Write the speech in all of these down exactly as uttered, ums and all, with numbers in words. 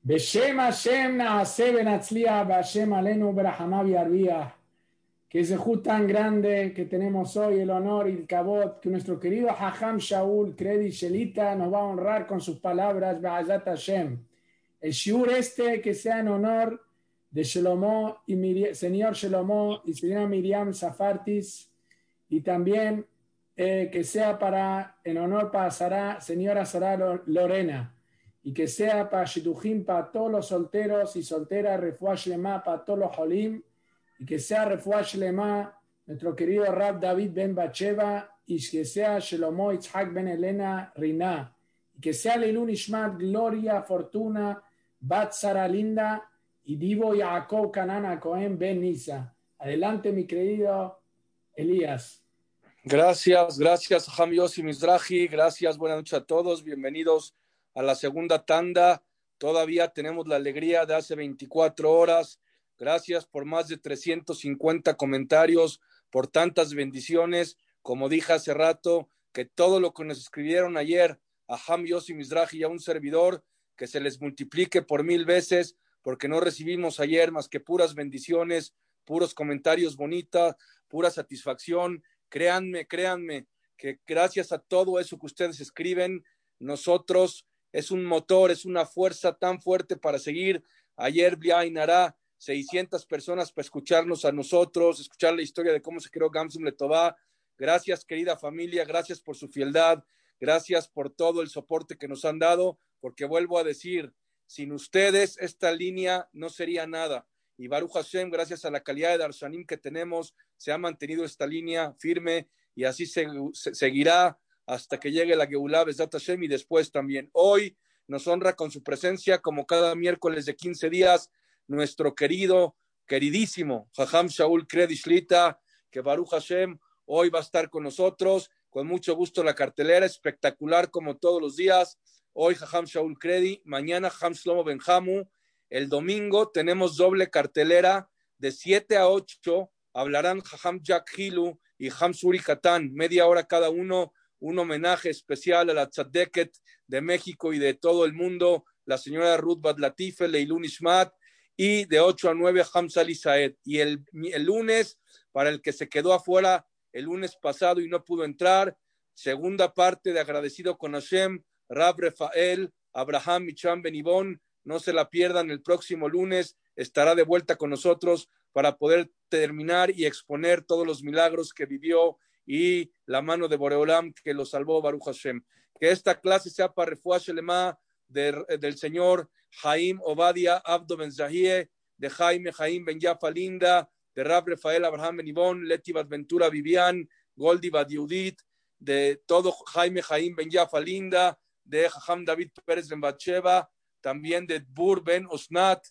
Beshem Hashem Naaseh Benatzliah Bashem Alenu Berahamav Yarbiah. Que ese Jud tan grande que tenemos hoy, el honor y el cabot, que nuestro querido Hajam Shaul Kredi Shelita nos va a honrar con sus palabras, Be'azat Hashem. El shiur este que sea en honor de Shlomo y Miriam, señor Shlomo y señora Miriam Safartis, y también eh, que sea para, en honor para Sara, señora Sara Lorena, y que sea para Shidujim, para todos los solteros y solteras, Refuah Shlema para todos los Jolim, y que sea Refuah Shlema nuestro querido Rab David Ben Bacheva, y que sea Shlomo Yitzhak Ben Elena Rina, y que sea Leilun Ishmat Gloria Fortuna Bat Sara Linda y Divo Yaakov Canana Cohen Ben Nisa. Adelante, mi querido Elías. Gracias, gracias Ham Yossi Mizrahi, gracias, buenas noches a todos, bienvenidos a la segunda tanda. Todavía tenemos la alegría de hace veinticuatro horas. Gracias por más de trescientos cincuenta comentarios, por tantas bendiciones. Como dije hace rato, que todo lo que nos escribieron ayer a Ham Yossi Mizrahi y a un servidor, que se les multiplique por mil veces, porque no recibimos ayer más que puras bendiciones, puros comentarios bonitos, pura satisfacción. Créanme, créanme, que gracias a todo eso que ustedes escriben, nosotros es un motor, es una fuerza tan fuerte para seguir. Ayer Bliainará, seiscientas personas para escucharnos a nosotros, escuchar la historia de cómo se creó Gamsum Letová. Gracias, querida familia, gracias por su fieldad, gracias por todo el soporte que nos han dado, porque vuelvo a decir, sin ustedes esta línea no sería nada. Y Baruch Hashem, gracias a la calidad de Darshanim que tenemos, se ha mantenido esta línea firme y así se, se, seguirá hasta que llegue la Geulah Bezat Hashem y después también. Hoy nos honra con su presencia, como cada miércoles de quince días, nuestro querido, queridísimo Jajam Shaul Kredi Shlita, que Baruch Hashem hoy va a estar con nosotros, con mucho gusto la cartelera, espectacular como todos los días. Hoy Jajam Shaul Kredi, mañana Jajam Shlomo Benjamu. El domingo tenemos doble cartelera de siete a ocho. Hablarán Jajam Jack Hilu y Jajam Suri Hatán, media hora cada uno, un homenaje especial a la Tzadeket de México y de todo el mundo, la señora Ruth Bat Latife, Leilun Ishmat, y de ocho a nueve Jajam Sali Saed. Y el, el lunes, para el que se quedó afuera el lunes pasado y no pudo entrar, segunda parte de Agradecido con Hashem, Rab Rafael, Abraham Micham Benibón. No se la pierdan, el próximo lunes estará de vuelta con nosotros para poder terminar y exponer todos los milagros que vivió y la mano de Boreolam que lo salvó, Baruch Hashem. Que esta clase sea para Refuah Shelema de, del señor Jaim Obadia Abdo Ben Zahie, de Jaime Jaim Ben Yafa Linda, de Rab Rafael Abraham Ben Ibón, Leti Bat Ventura Vivian, Goldi Bat Yudit, de todo Jaime Jaim Ben Yafa Linda, de Jajam David Pérez Ben Batsheva, también de Bur Ben Osnat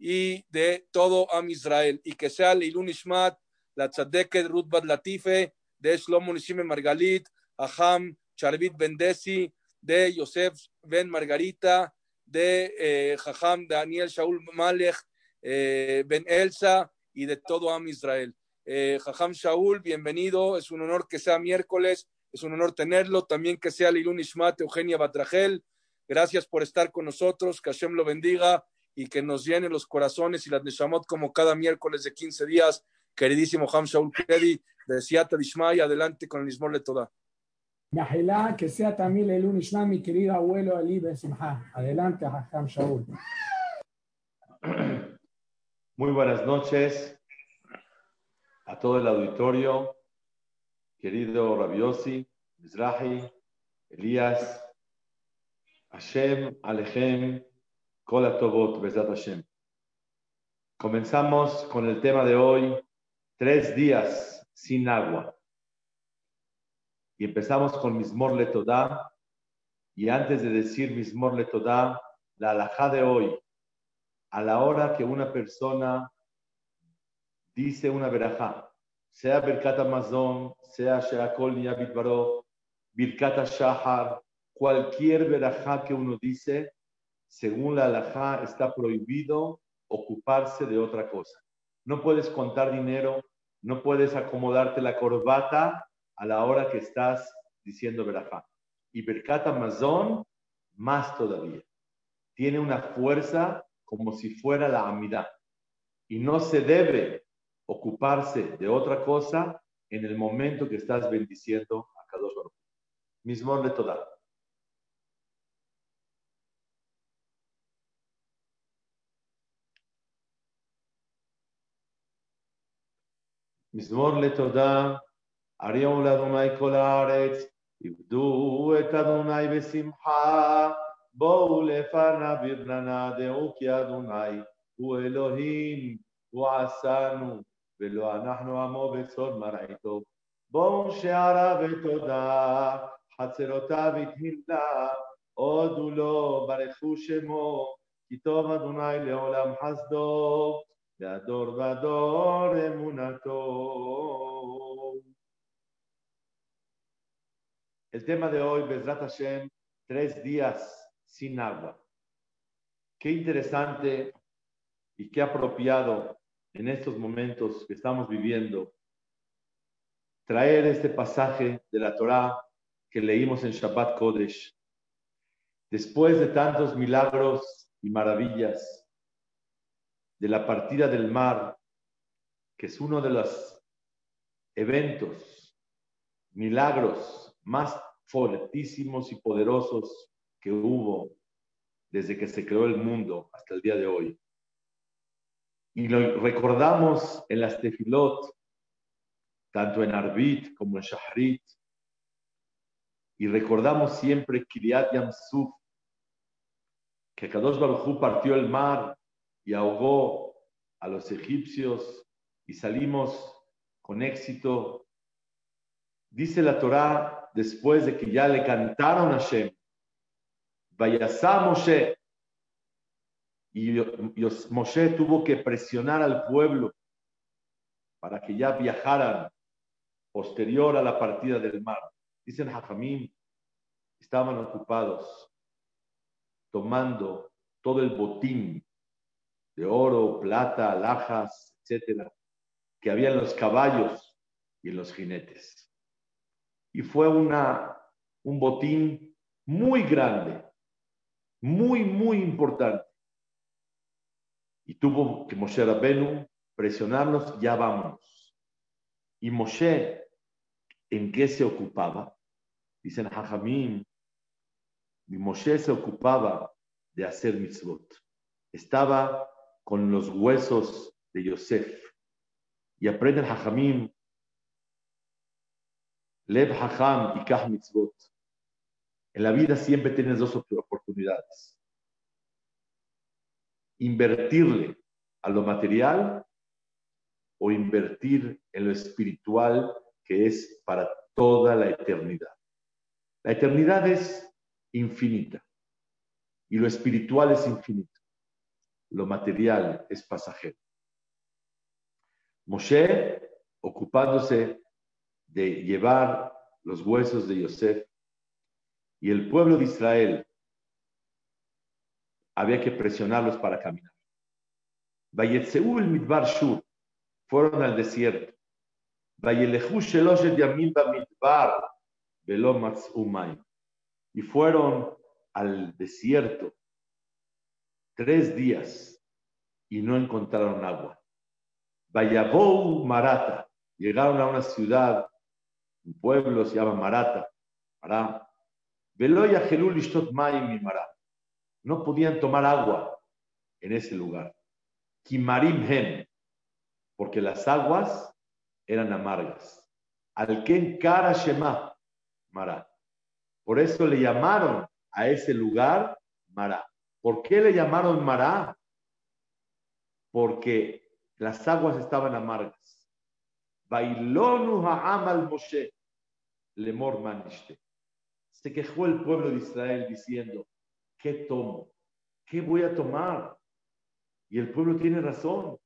y de todo Am Israel, y que sea Leilun Ishmat, la Tzadeket Ruth Bat Latife, de Shlomo Nishime Margalit, Aham Charvit Ben Desi, de Yosef Ben Margarita, de eh, Jajam Daniel Shaul Malech eh, Ben Elsa, y de todo Am Israel. Eh, Jajam Shaul, bienvenido, es un honor que sea miércoles, es un honor tenerlo, también que sea Leilun Ishmat Eugenia Batrajel. Gracias por estar con nosotros, que Hashem lo bendiga y que nos llene los corazones y las neshamot como cada miércoles de quince días. Queridísimo Ham Shaul Kredi, de Siata Dishmay, adelante con el Mismor Le Toda. Mejilá, que sea también el Unishma, mi querido abuelo Eli Ben Simha. Adelante, Ham Shaul. Muy buenas noches a todo el auditorio, querido Rabbi Yossi Mizrahi, Elías, Hashem, Alechem, Kol HaTovot, Bezat Hashem. Comenzamos con el tema de hoy, tres días sin agua. Y empezamos con Mismor Le Todá. Y antes de decir Mismor Le Todá, la halajá de hoy, a la hora que una persona dice una verajá, sea Birkat Hamazon, sea Sheakol Niyah Baruch, Birkat HaShahar, cualquier verajá que uno dice, según la halajá, está prohibido ocuparse de otra cosa. No puedes contar dinero, no puedes acomodarte la corbata a la hora que estás diciendo verajá. Y Birkat Hamazon, más todavía. Tiene una fuerza como si fuera la amidad. Y no se debe ocuparse de otra cosa en el momento que estás bendiciendo a Kadosh Baruj Hu. Mizmor LeTodah. מזמור לתודה, הריעו לאדוני כל הארץ, עבדו את אדוני בשמחה, בואו לפניו ברננה, דעו כי אדוני הוא אלוהים, הוא עשנו, ולא אנחנו עמו בצאן מרעיתו. בואו שעריו ותודה, חצרותיו ותהילה, הודו לו, ברכו שמו, כי טוב אדוני לעולם חסדו. De ador, ador, emunato. El tema de hoy, Bezrat Hashem, tres días sin agua. Qué interesante y qué apropiado en estos momentos que estamos viviendo traer este pasaje de la Torá que leímos en Shabbat Kodesh. Después de tantos milagros y maravillas, de la partida del mar, que es uno de los eventos, milagros más fortísimos y poderosos que hubo desde que se creó el mundo hasta el día de hoy. Y lo recordamos en las tefilot, tanto en Arbit como en Shahrit, y recordamos siempre Kiryat Yam Suf, que Kadosh Baruj Hu partió el mar y ahogó a los egipcios y salimos con éxito. Dice la Torá, después de que ya le cantaron a Hashem, Vayasá Moshe, y, y Moshe tuvo que presionar al pueblo para que ya viajaran posterior a la partida del mar. Dicen Jajamim, estaban ocupados tomando todo el botín de oro, plata, alhajas, etcétera, que había en los caballos y en los jinetes. Y fue una, un botín muy grande, muy, muy importante. Y tuvo que Moshe Rabenu presionarnos, ya vámonos. Y Moshe, ¿en qué se ocupaba? Dicen Jajamim, y Moshe se ocupaba de hacer mitzvot. Estaba con los huesos de Yosef. Y aprenden Jajamim, Lev Hajam y Kah Mitzvot. En la vida siempre tienes dos oportunidades. Invertirle a lo material o invertir en lo espiritual que es para toda la eternidad. La eternidad es infinita y lo espiritual es infinito. Lo material es pasajero. Moshe, ocupándose de llevar los huesos de Yosef, y el pueblo de Israel había que presionarlos para caminar. Vayetzeu el midbar shur, fueron al desierto. Vayelechu sheloshet yamim bamidbar velo matz'u mayim, y fueron al desierto tres días y no encontraron agua. Vayabou Marata, llegaron a una ciudad, un pueblo se llama Marata, Mará. Velo yahelú lishtot mayim mi Mará. No podían tomar agua en ese lugar. Kimarim hem, porque las aguas eran amargas. Alken kara shema Mará. Por eso le llamaron a ese lugar Mará. ¿Por qué le llamaron Mará? Porque las aguas estaban amargas. Bailonu ha'am al Moshe lemor manishte. Se quejó el pueblo de Israel diciendo, ¿qué tomo? ¿Qué voy a tomar? Y el pueblo tiene razón.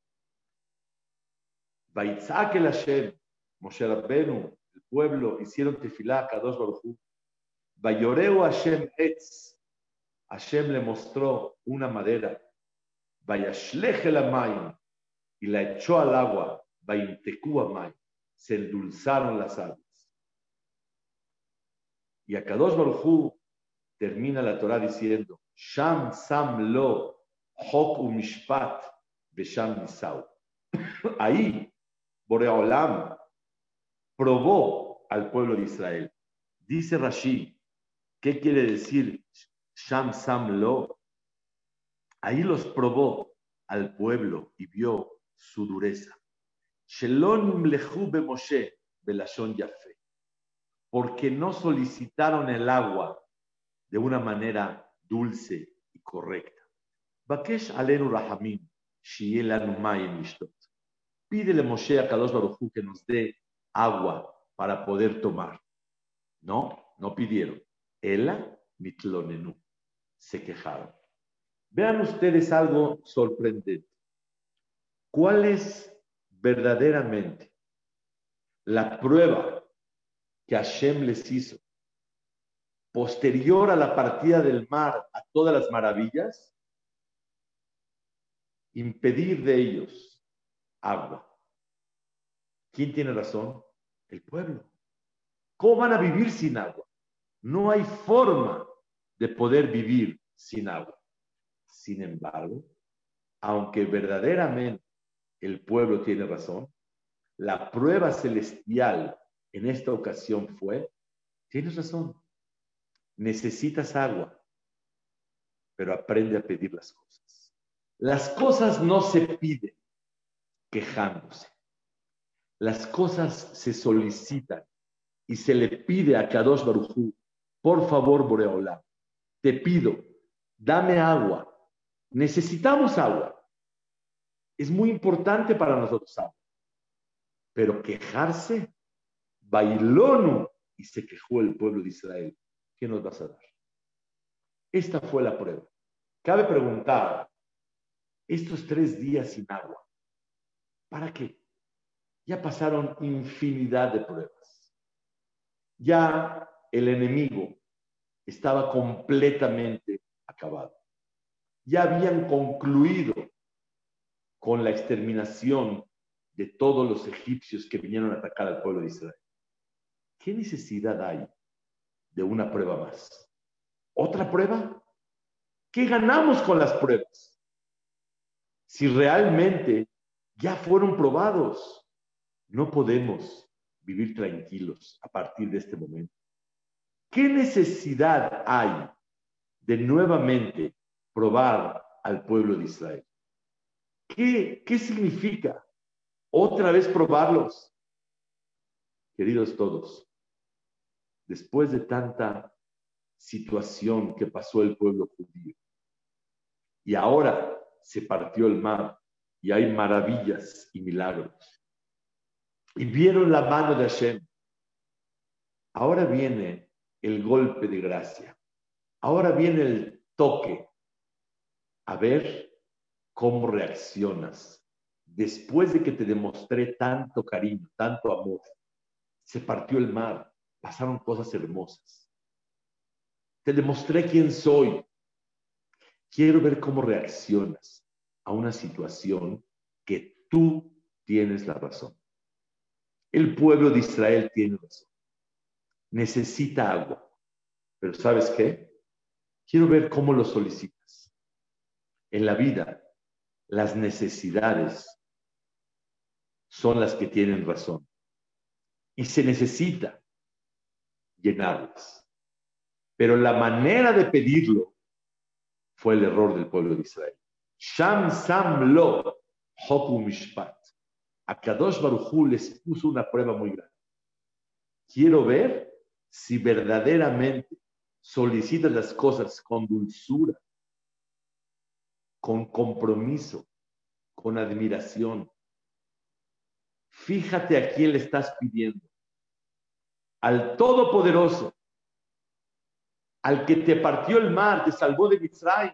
Baitzak el Hashem, Moshe Rabbenu, el pueblo hicieron tefilá a Kadosh Baruj Hu. Bayoreu Hashem etz. Hashem le mostró una madera. Vayashlech el amayim, y la echó al agua. Vayimteku amayim, se endulzaron las aguas. Y a Kadosh Baruj Hu termina la Torah diciendo, Sham sam lo Hok umishpat besham nisau. Ahí, Boreolam probó al pueblo de Israel. Dice Rashi, ¿qué quiere decir Sham Sam Lo? Ahí los probó al pueblo y vio su dureza. Shelon Mlechu be Moshe belashon Yafé. Porque no solicitaron el agua de una manera dulce y correcta. Bakesh alenu rahamim, shiye lanu mayim lishtot. Pídele Moshe a Kadosh Baruj Hu que nos dé agua para poder tomar. No, no pidieron. Ela mitlonenu. Se quejaron. Vean ustedes algo sorprendente. ¿Cuál es verdaderamente la prueba que Hashem les hizo posterior a la partida del mar a todas las maravillas? Impedir de ellos agua. ¿Quién tiene razón? El pueblo. ¿Cómo van a vivir sin agua? No hay forma de poder vivir sin agua. Sin embargo, aunque verdaderamente el pueblo tiene razón, la prueba celestial en esta ocasión fue, tienes razón, necesitas agua, pero aprende a pedir las cosas. Las cosas no se piden quejándose. Las cosas se solicitan y se le pide a Kadosh Baruj Hu, por favor, Boreolam, te pido, dame agua. Necesitamos agua. Es muy importante para nosotros agua. Pero quejarse, bailonu, y se quejó el pueblo de Israel. ¿Qué nos vas a dar? Esta fue la prueba. Cabe preguntar, estos tres días sin agua, ¿para qué? Ya pasaron infinidad de pruebas. Ya el enemigo estaba completamente acabado. Ya habían concluido con la exterminación de todos los egipcios que vinieron a atacar al pueblo de Israel. ¿Qué necesidad hay de una prueba más? ¿Otra prueba? ¿Qué ganamos con las pruebas? Si realmente ya fueron probados, no podemos vivir tranquilos a partir de este momento. ¿Qué necesidad hay de nuevamente probar al pueblo de Israel? ¿Qué, qué significa otra vez probarlos? Queridos todos, después de tanta situación que pasó el pueblo judío, y ahora se partió el mar y hay maravillas y milagros, y vieron la mano de Hashem, ahora viene el golpe de gracia, ahora viene el toque, a ver cómo reaccionas después de que te demostré tanto cariño, tanto amor. Se partió el mar, pasaron cosas hermosas. Te demostré quién soy. Quiero ver cómo reaccionas a una situación que tú tienes la razón. El pueblo de Israel tiene razón. Necesita agua. Pero ¿sabes qué? Quiero ver cómo lo solicitas. En la vida, las necesidades son las que tienen razón. Y se necesita llenarlas. Pero la manera de pedirlo fue el error del pueblo de Israel. Sham Sam Lo Hoku Mishpat. A Kadosh Baruj Hu les puso una prueba muy grande. Quiero ver si verdaderamente solicitas las cosas con dulzura, con compromiso, con admiración. Fíjate a quién le estás pidiendo. Al Todopoderoso, al que te partió el mar, te salvó de Mitzrayim.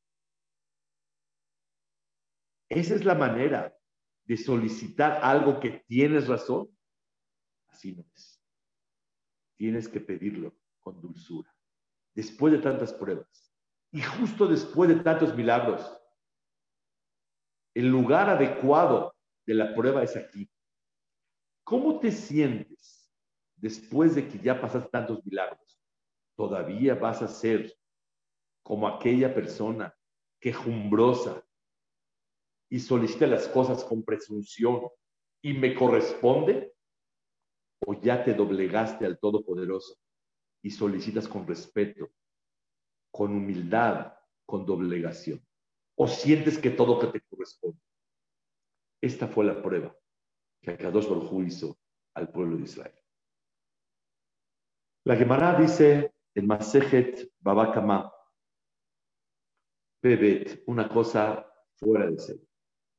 Esa es la manera de solicitar algo que tienes razón. Así no es. Tienes que pedirlo con dulzura. Después de tantas pruebas y justo después de tantos milagros, el lugar adecuado de la prueba es aquí. ¿Cómo te sientes después de que ya pasaste tantos milagros? ¿Todavía vas a ser como aquella persona quejumbrosa y solicita las cosas con presunción y me corresponde, o ya te doblegaste al Todopoderoso y solicitas con respeto, con humildad, con doblegación, o sientes que todo que te corresponde. Esta fue la prueba que Akadosh Baruj Hu hizo al pueblo de Israel. La Gemara dice en Masejet Baba Kama, Pebet, una cosa fuera de serie.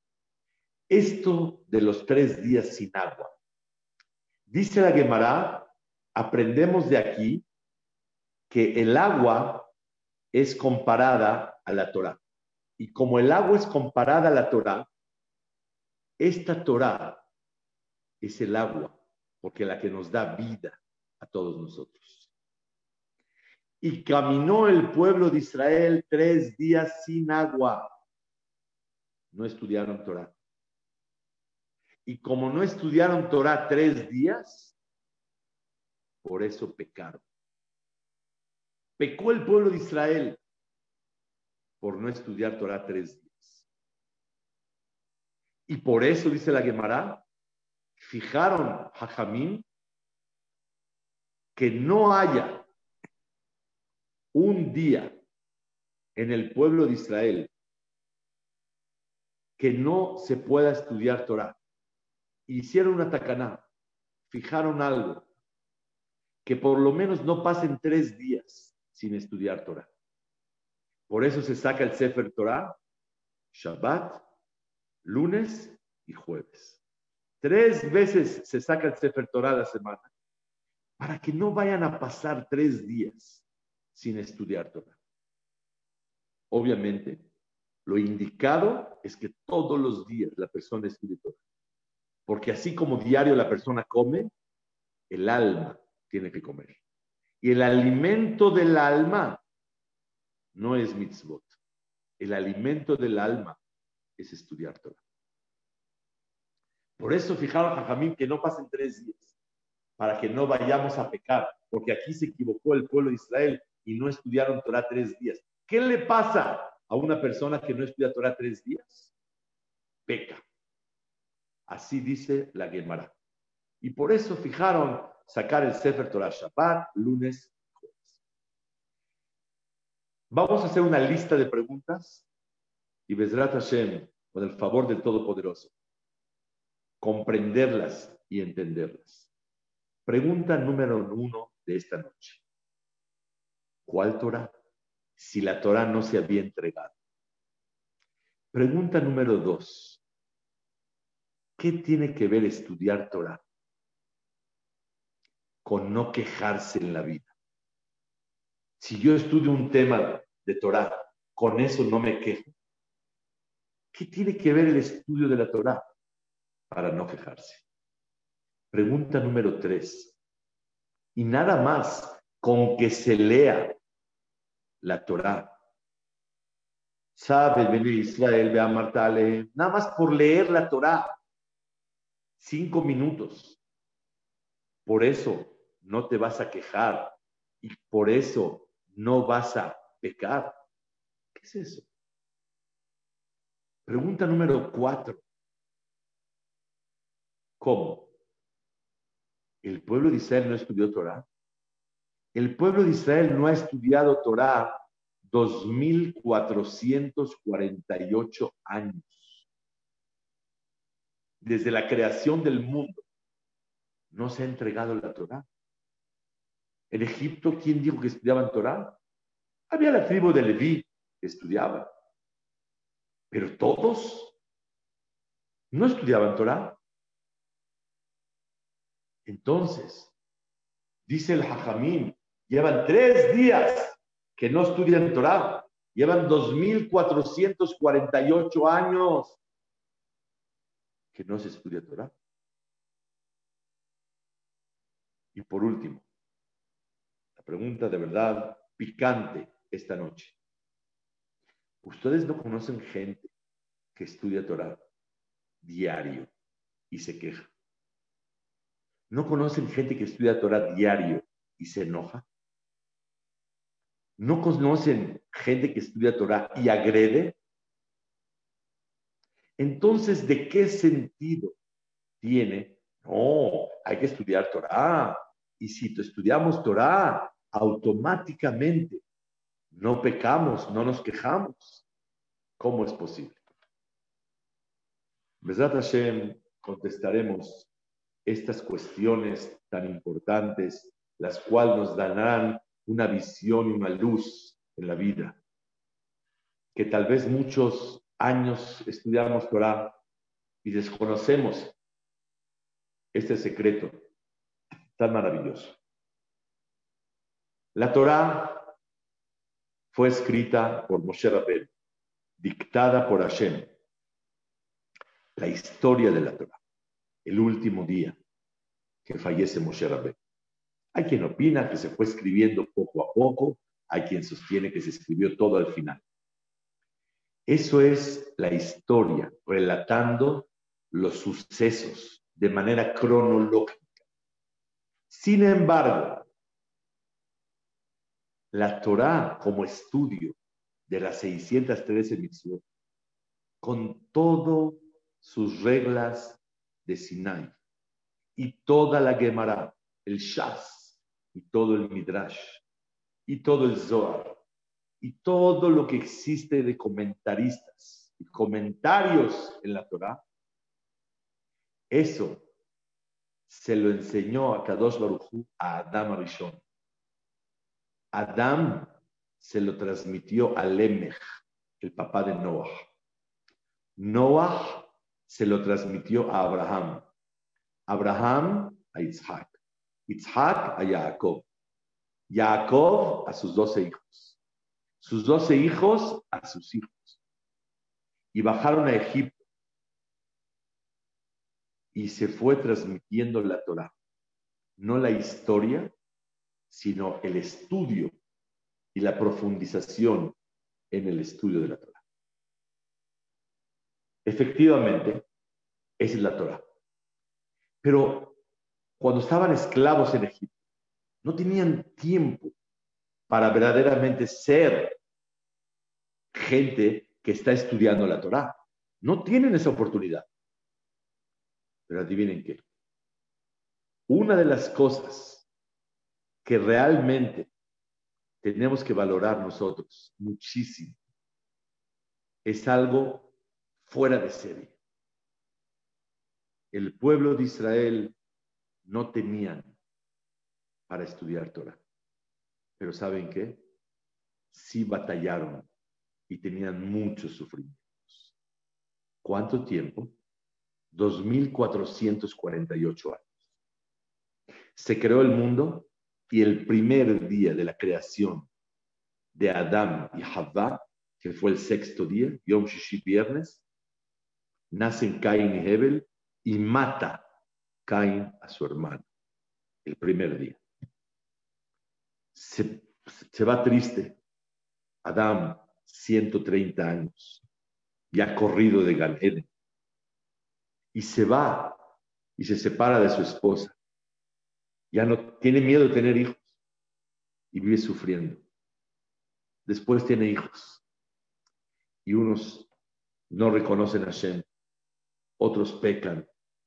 Esto de los tres días sin agua, dice la Gemara, aprendemos de aquí que el agua es comparada a la Torá. Y como el agua es comparada a la Torá, esta Torá es el agua, porque la que nos da vida a todos nosotros. Y caminó el pueblo de Israel tres días sin agua. No estudiaron Torá. Y como no estudiaron Torá tres días, por eso pecaron. Pecó el pueblo de Israel por no estudiar Torá tres días. Y por eso, dice la Gemara, fijaron Jajamín que no haya un día en el pueblo de Israel que no se pueda estudiar Torá. Hicieron una tacaná, fijaron algo, que por lo menos no pasen tres días sin estudiar Torá. Por eso se saca el Sefer Torá, Shabbat, lunes y jueves. Tres veces se saca el Sefer Torá a la semana, para que no vayan a pasar tres días sin estudiar Torá. Obviamente, lo indicado es que todos los días la persona estudie Torá. Porque así como diario la persona come, el alma tiene que comer. Y el alimento del alma no es mitzvot. El alimento del alma es estudiar Torah. Por eso fijaron a Jajamín que no pasen tres días, para que no vayamos a pecar, porque aquí se equivocó el pueblo de Israel y no estudiaron Torah tres días. ¿Qué le pasa a una persona que no estudia Torah tres días? Peca. Así dice la Gemara. Y por eso fijaron sacar el Sefer Torah Shabbat, lunes, jueves. Vamos a hacer una lista de preguntas y Bezrat Hashem, con el favor del Todopoderoso, comprenderlas y entenderlas. Pregunta número uno de esta noche. ¿Cuál Torah? Si la Torah no se había entregado. Pregunta número dos. ¿Qué tiene que ver estudiar Torah con no quejarse en la vida? Si yo estudio un tema de Torah, con eso no me quejo. ¿Qué tiene que ver el estudio de la Torah para no quejarse? Pregunta número tres. Y nada más con que se lea la Torah. Sabe, Bene Israel, ve a Martale, nada más por leer la Torah. Cinco minutos. Por eso no te vas a quejar y por eso no vas a pecar. ¿Qué es eso? Pregunta número cuatro. ¿Cómo? ¿El pueblo de Israel no estudió Torah? El pueblo de Israel no ha estudiado Torah dos mil cuatrocientos cuarenta y ocho años. Desde la creación del mundo no se ha entregado la Torah. En Egipto, ¿quién dijo que estudiaban Torah? Había la tribu de Leví que estudiaba. Pero todos no estudiaban Torah. Entonces, dice el Jajamín, llevan tres días que no estudian Torah. Llevan dos mil cuatrocientos cuarenta y ocho años que no se estudia Torah. Y por último, la pregunta de verdad picante esta noche. ¿Ustedes no conocen gente que estudia Torah diario y se queja? ¿No conocen gente que estudia Torah diario y se enoja? ¿No conocen gente que estudia Torah y agrede? Entonces, ¿de qué sentido tiene? No, hay que estudiar Torah. Y si estudiamos Torah, automáticamente no pecamos, no nos quejamos. ¿Cómo es posible? Besat Hashem, contestaremos estas cuestiones tan importantes, las cuales nos darán una visión y una luz en la vida. Que tal vez muchos años estudiamos Torah y desconocemos este secreto tan maravilloso. La Torah fue escrita por Moshe Rabbeinu, dictada por Hashem. La historia de la Torah, el último día que fallece Moshe Rabbeinu. Hay quien opina que se fue escribiendo poco a poco, hay quien sostiene que se escribió todo al final. Eso es la historia, relatando los sucesos de manera cronológica. Sin embargo, la Torá como estudio de las seiscientas trece mitzvot, con todas sus reglas de Sinai, y toda la Gemara, el Shas, y todo el Midrash, y todo el Zohar, y todo lo que existe de comentaristas y comentarios en la Torá, eso se lo enseñó a Kadosh Baruj Hu a Adam Arishon. Adam se lo transmitió a Lemech, el papá de Noah. Noah se lo transmitió a Abraham. Abraham a Isaac. Isaac a Jacob. Jacob a sus doce hijos. Sus doce hijos a sus hijos. Y bajaron a Egipto. Y se fue transmitiendo la Torá. No la historia, sino el estudio y la profundización en el estudio de la Torá. Efectivamente, esa es la Torá. Pero cuando estaban esclavos en Egipto, no tenían tiempo para verdaderamente ser gente que está estudiando la Torá. No tienen esa oportunidad. Pero adivinen qué. Una de las cosas que realmente tenemos que valorar nosotros muchísimo es algo fuera de serie. El pueblo de Israel no tenían para estudiar Torah. Pero ¿saben qué? Sí batallaron y tenían muchos sufrimientos. ¿Cuánto tiempo? dos mil cuatrocientos cuarenta y ocho años. Se creó el mundo y el primer día de la creación de Adán y Havá, que fue el sexto día, Yom Shishi, viernes, nacen Caín y Hebel y mata Caín a su hermano el primer día. Se, se va triste Adán, ciento treinta años, ya corrido de Gan Eden, y se va y se separa de su esposa. Ya no tiene miedo de tener hijos y vive sufriendo. Después tiene hijos y unos no reconocen a Hashem, otros pecan.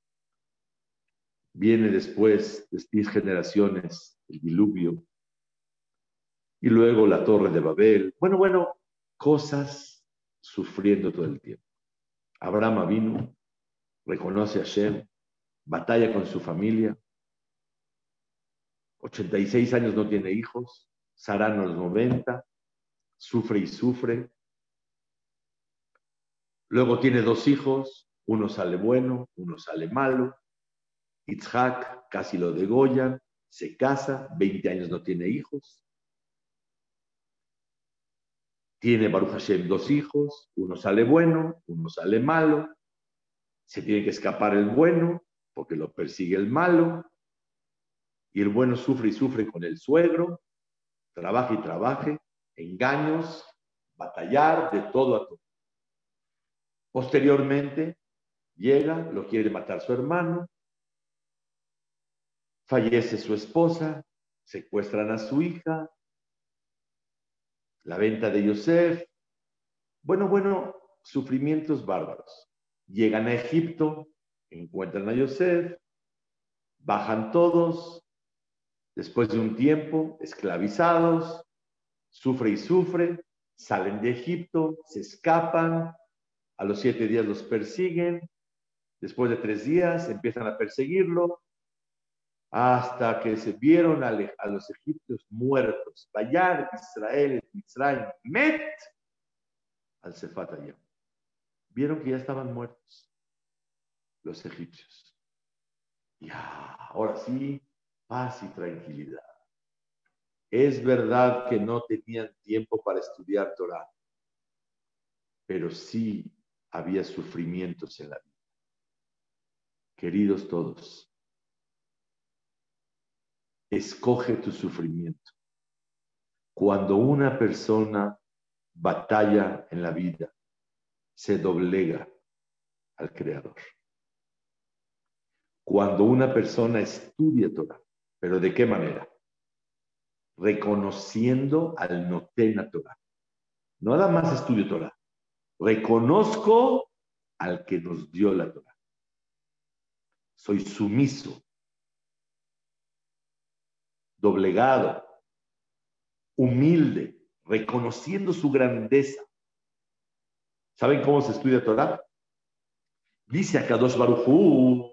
Viene después, de diez generaciones, el diluvio y luego la torre de Babel. Bueno, bueno, cosas sufriendo todo el tiempo. Abraham vino, reconoce a Hashem, batalla con su familia. ochenta y seis años no tiene hijos, Sará a los noventa, sufre y sufre. Luego tiene dos hijos, uno sale bueno, uno sale malo. Itzhak casi lo degollan, se casa, veinte años no tiene hijos. Tiene Baruch Hashem dos hijos, uno sale bueno, uno sale malo. Se tiene que escapar el bueno porque lo persigue el malo. Y el bueno sufre y sufre con el suegro, trabaja y trabaje, engaños, batallar de todo a todo. Posteriormente, llega, lo quiere matar su hermano, fallece su esposa, secuestran a su hija, la venta de Yosef. Bueno, bueno, sufrimientos bárbaros. Llegan a Egipto, encuentran a Yosef, bajan todos, después de un tiempo, esclavizados, sufre y sufre, salen de Egipto, se escapan, a los siete días los persiguen, después de tres días empiezan a perseguirlo, hasta que se vieron a, a los egipcios muertos. Vayar Israel, Mitzrayim, Met, al Sefat Hayam. Vieron que ya estaban muertos los egipcios. Ya, ahora sí, paz y tranquilidad. Es verdad que no tenían tiempo para estudiar Torah, pero sí había sufrimientos en la vida. Queridos todos, escoge tu sufrimiento. Cuando una persona batalla en la vida, se doblega al Creador. Cuando una persona estudia Torah, ¿pero de qué manera? Reconociendo al Noten Torah. No nada más estudio Torah. Reconozco al que nos dio la Torah. Soy sumiso, doblegado, humilde, reconociendo su grandeza. ¿Saben cómo se estudia Torah? Dice a Kadosh Baruj Hu.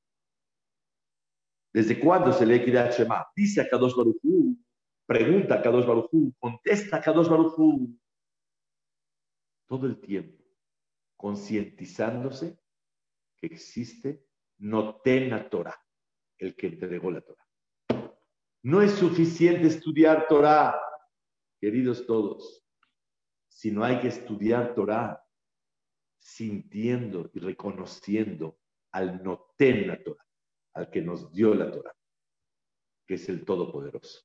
¿Desde cuándo se lee Kriyat Shema? Dice a Kadosh Baruj Hu. Pregunta a Kadosh Baruj Hu. Contesta a Kadosh Baruj Hu. Todo el tiempo, concientizándose que existe Noten Torah, el que entregó la Torah. No es suficiente estudiar Torah, queridos todos, sino hay que estudiar Torah sintiendo y reconociendo al Noten Torah, al que nos dio la Torah, que es el Todopoderoso.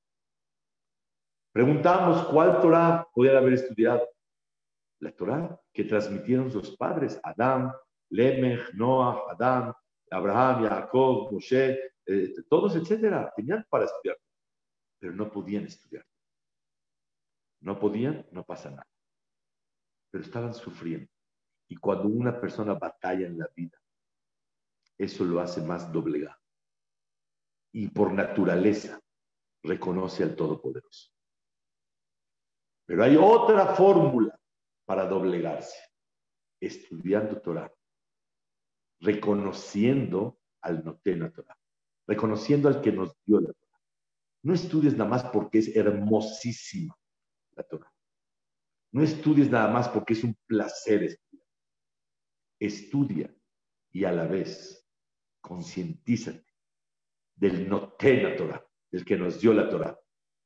Preguntamos cuál Torah podían haber estudiado. La Torah que transmitieron sus padres, Adán, Lemech, Noah, Adán, Abraham, Jacob, Moshe, eh, todos, etcétera, tenían para estudiar, pero no podían estudiar. No podían, no pasa nada. Pero estaban sufriendo. Y cuando una persona batalla en la vida, eso lo hace más doblegado. Y por naturaleza reconoce al Todopoderoso. Pero hay otra fórmula para doblegarse. Estudiando Torah. Reconociendo al Noten Torah. Reconociendo al que nos dio la Torah. No estudies nada más porque es hermosísima la Torah. No estudies nada más porque es un placer estudiar. Estudia y a la vez concientízate del Noten Torah, del que nos dio la Torah.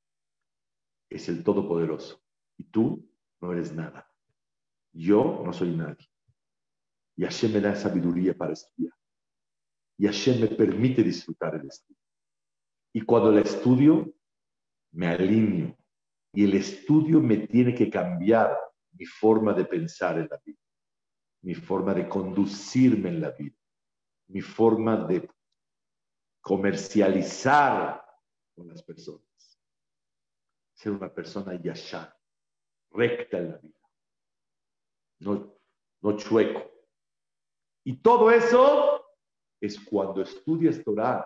Es el Todopoderoso. Y tú no eres nada. Yo no soy nadie. Y Hashem me da sabiduría para estudiar. Y Hashem me permite disfrutar el estudio. Y cuando la estudio, me alineo. Y el estudio me tiene que cambiar mi forma de pensar en la vida. Mi forma de conducirme en la vida. Mi forma de comercializar con las personas. Ser una persona yashar, recta en la vida. No, no chueco. Y todo eso es cuando estudias Torah,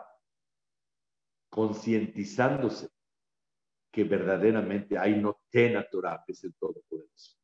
concientizándose que verdaderamente hay Noten Torah, que es el Todopoderoso.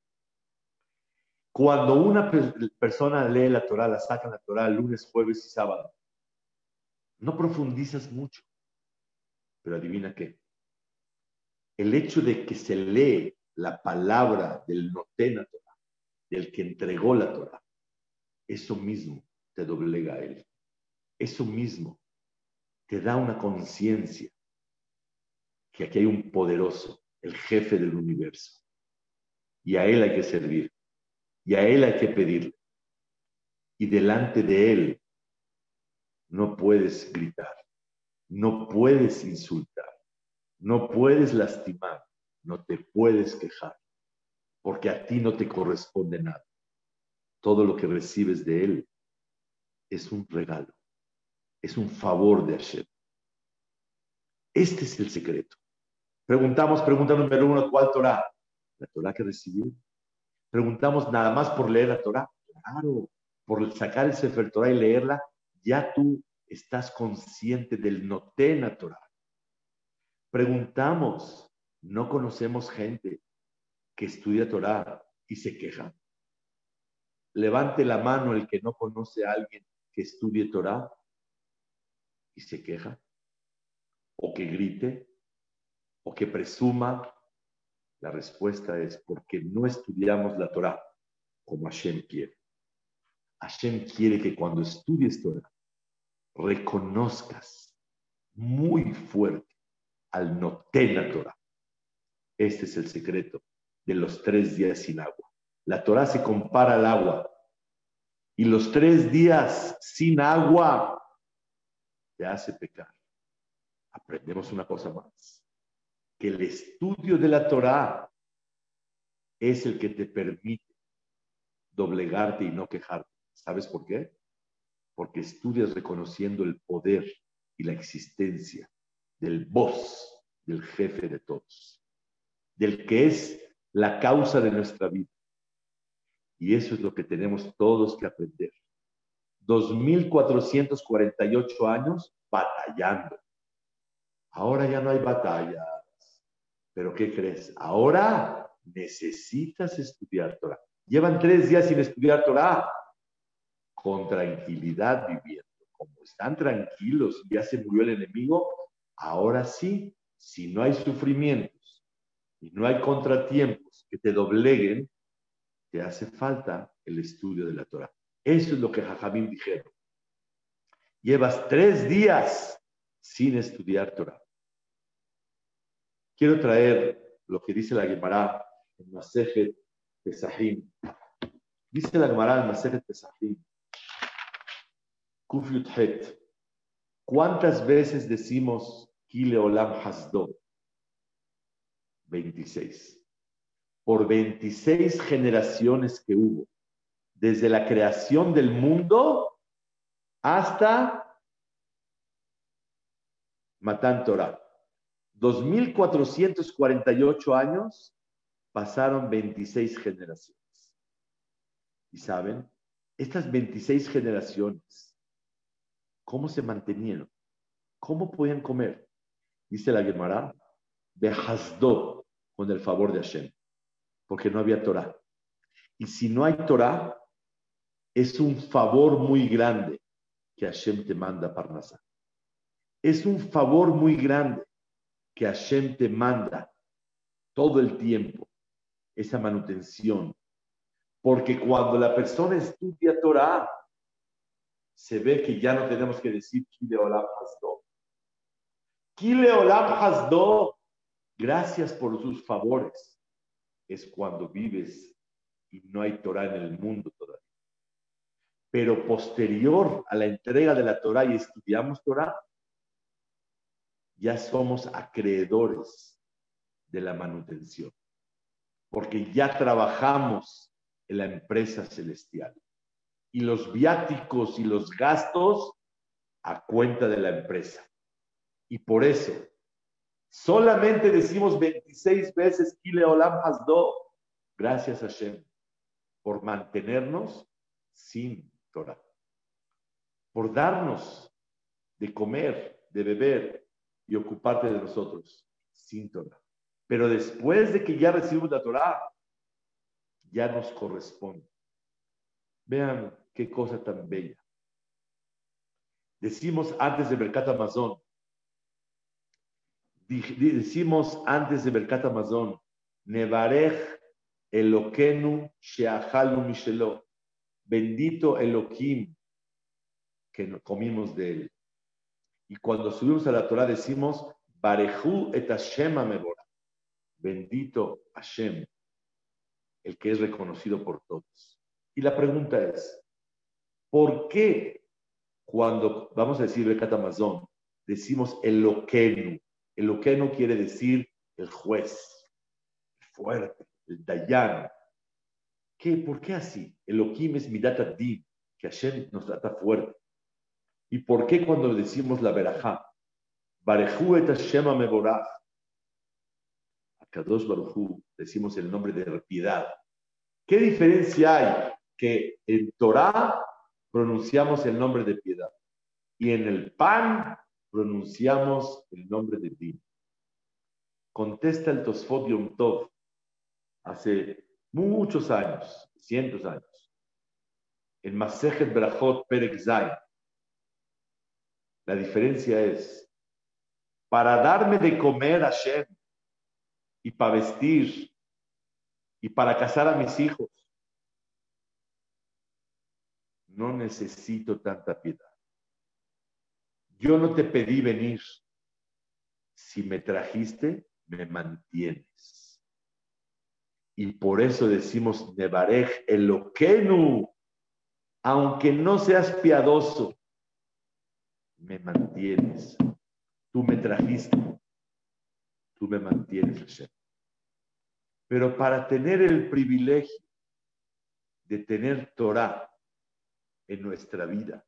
Cuando una per- persona lee la Torah, la saca la Torah lunes, jueves y sábado, no profundizas mucho. Pero adivina qué. El hecho de que se lee la palabra del Noten Torah, del que entregó la Torah, eso mismo te doblega a él. Eso mismo te da una conciencia que aquí hay un poderoso, el jefe del universo. Y a él hay que servir. Y a él hay que pedirle. Y delante de él no puedes gritar. No puedes insultar. No puedes lastimar. No te puedes quejar. Porque a ti no te corresponde nada. Todo lo que recibes de él es un regalo. Es un favor de Hashem. Este es el secreto. Preguntamos, pregunta número uno, ¿cuál Torah? la Torah que recibir. Preguntamos nada más por leer la Torah. Claro, por sacar el Sefer Torah y leerla, ya tú estás consciente del Noten la Torah. Preguntamos, no conocemos gente que estudia Torah y se queja. Levante la mano el que no conoce a alguien que estudie Torah y se queja, o que grite, o que presuma. La respuesta es porque no estudiamos la Torah como Hashem quiere. Hashem quiere que cuando estudies Torah reconozcas muy fuerte al Noten la Torah. Este es el secreto de los tres días sin agua. La Torah se compara al agua y los tres días sin agua te hace pecar. Aprendemos una cosa más, que el estudio de la Torah es el que te permite doblegarte y no quejarte. ¿Sabes por qué? Porque estudias reconociendo el poder y la existencia del boss, del jefe de todos, del que es la causa de nuestra vida. Y eso es lo que tenemos todos que aprender. dos mil cuatrocientos cuarenta y ocho años batallando. Ahora ya no hay batallas. ¿Pero qué crees? Ahora necesitas estudiar Torah. Llevan tres días sin estudiar Torah. Con tranquilidad viviendo. Como están tranquilos y ya se murió el enemigo, ahora sí, si no hay sufrimientos y no hay contratiempos que te dobleguen, te hace falta el estudio de la Torah. Eso es lo que Jajamín dijeron. Llevas tres días sin estudiar Torah. Quiero traer lo que dice la Gemara en Masejet Pesachim. Dice la Gemara en Masejet Pesachim, Kuf Yud Het. ¿Cuántas veces decimos Kile Olam Hasdo? veintiséis. Por veintiséis generaciones que hubo, desde la creación del mundo hasta Matan Torah. dos mil cuatrocientos cuarenta y ocho años pasaron veintiséis generaciones. Y saben, estas veintiséis generaciones, ¿cómo se mantenían? ¿Cómo podían comer? Dice la Gemara, de Hasdo, con el favor de Hashem, porque no había Torah. Y si no hay Torah, es un favor muy grande que Hashem te manda Parnasá. Es un favor muy grande que Hashem te manda todo el tiempo esa manutención. Porque cuando la persona estudia Torah, se ve que ya no tenemos que decir Kile Olam Hasdo. Kile Olam Hasdo, gracias por sus favores. Es cuando vives y no hay Torah en el mundo todavía. Pero posterior a la entrega de la Torah y estudiamos Torah, ya somos acreedores de la manutención. Porque ya trabajamos en la empresa celestial. Y los viáticos y los gastos a cuenta de la empresa. Y por eso, solamente decimos veintiséis veces Kile Olam Hasdo, gracias a Hashem, por mantenernos sin Torah. Por darnos de comer, de beber y ocuparte de nosotros sin Torah. Pero después de que ya recibimos la Torah, ya nos corresponde. Vean qué cosa tan bella. Decimos antes de Birkat Hamazon, decimos antes de Birkat Hamazon, Nevarech Elokenu she'achalnu mishelo, bendito Elohim que comimos de él. Y cuando subimos a la Torah decimos, Barejú et Hashem Amevora, bendito Hashem, el que es reconocido por todos. Y la pregunta es, ¿por qué cuando vamos a decir Birkat Hamazon decimos Elokenu? Elokenu quiere decir el juez, el fuerte, el Dayan. ¿Qué? ¿Por qué así? Elohim es Midat Adin, que Hashem nos trata fuerte. ¿Y por qué cuando decimos la verajá, Barejú et Hashem Mevorach, Kadosh Baruj Hu, decimos el nombre de piedad. ¿Qué diferencia hay? Que en Torah pronunciamos el nombre de piedad y en el pan pronunciamos el nombre de Din. Contesta el Tosfot Yom Tov hace muchos años, cientos de años, en Masejet Berajot Perek Zayin. La diferencia es, para darme de comer a Hashem y para vestir y para casar a mis hijos, no necesito tanta piedad. Yo no te pedí venir. Si me trajiste, me mantienes. Y por eso decimos, Nebarej Eloquenu, aunque no seas piadoso, me mantienes. Tú me trajiste, tú me mantienes, Hashem. Pero para tener el privilegio de tener Torah en nuestra vida,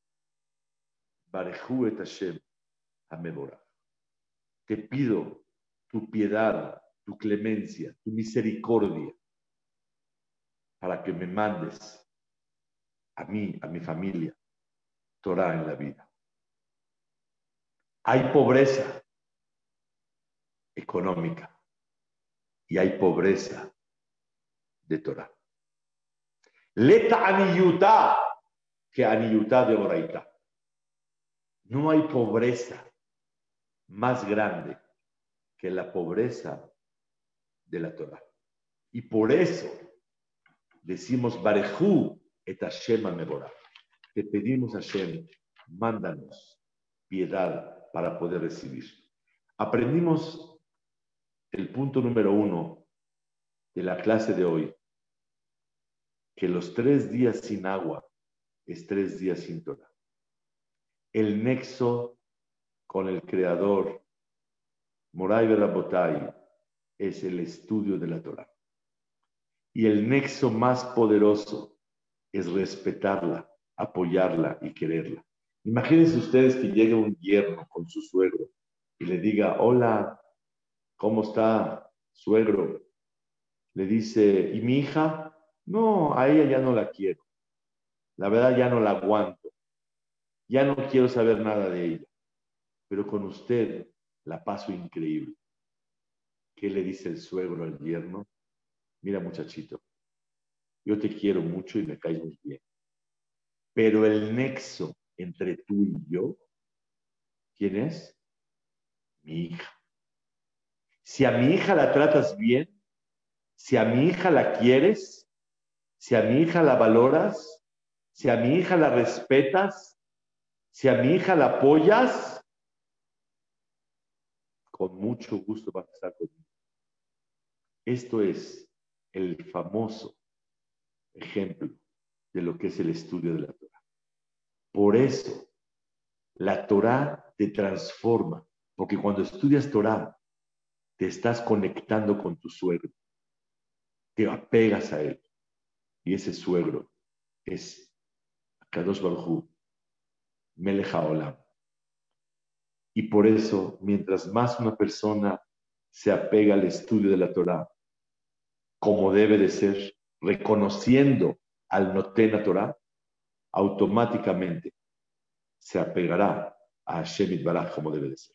Barejú et Hashem Hamevora, te pido tu piedad, tu clemencia, tu misericordia, para que me mandes a mí, a mi familia, Torah en la vida. Hay pobreza económica y hay pobreza de Torah. Leta aniyutá, que aniyutá de oraitá. No hay pobreza más grande que la pobreza de la Torah. Y por eso decimos, Barejú et Hashem Hamevora. Te pedimos, Hashem, mándanos piedad para poder recibir. Aprendimos el punto número uno de la clase de hoy, que los tres días sin agua es tres días sin Torah. El nexo con el Creador, Moray Berabotay, es el estudio de la Torah. Y el nexo más poderoso es respetarla, apoyarla y quererla. Imagínense ustedes que llegue un yerno con su suegro y le diga, hola, ¿cómo está, suegro? Le dice, ¿y mi hija? No, a ella ya no la quiero. La verdad ya no la aguanto. Ya no quiero saber nada de ella. Pero con usted la paso increíble. ¿Qué le dice el suegro al yerno? Mira, muchachito, yo te quiero mucho y me caes muy bien. Pero el nexo entre tú y yo, ¿quién es? Mi hija. Si a mi hija la tratas bien, si a mi hija la quieres, si a mi hija la valoras, si a mi hija la respetas, si a mi hija la apoyas, con mucho gusto vas a estar conmigo. Esto es el famoso ejemplo de lo que es el estudio de la Torah. Por eso, la Torah te transforma, porque cuando estudias Torah, te estás conectando con tu suegro, te apegas a él, y ese suegro es Kadosh Baruj Hu, Melech HaOlam. Y por eso, mientras más una persona se apega al estudio de la Torah, como debe de ser, reconociendo al Noten Torah, automáticamente se apegará a Hashem Yitbaraj como debe de ser.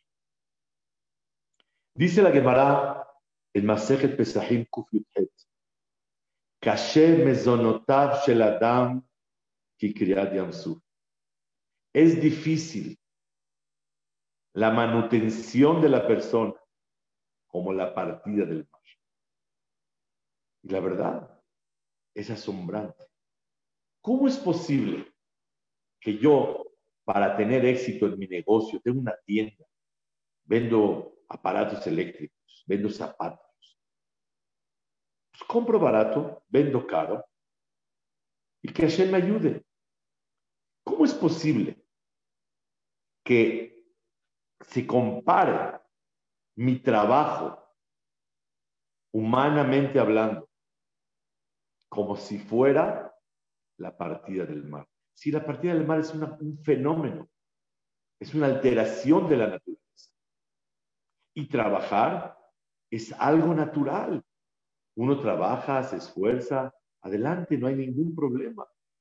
Dice la Gemara en Masejet Pesachim Kuf Yudhet, Kashe mezonotav shel Adam ki kriyat Yam Suf. Es difícil la manutención de la persona como la partida del mar. Y la verdad es asombrante. ¿Cómo es posible que yo, para tener éxito en mi negocio, tengo una tienda, vendo aparatos eléctricos, vendo zapatos, pues compro barato, vendo caro, y que Hashem me ayude? ¿Cómo es posible que se compare mi trabajo, humanamente hablando, como si fuera la partida del mar? Si la partida del mar es una, un fenómeno, es una alteración de la naturaleza. Y trabajar Es algo natural. Uno trabaja, se esfuerza, adelante, no hay ningún problema.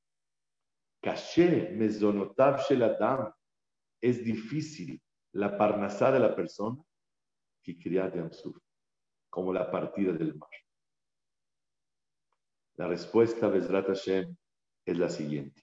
Caché mezonotav shel adam. Es difícil la parnasá de la persona que cría de Amsur, como la partida del mar. La respuesta, Bezrat Hashem, es la siguiente.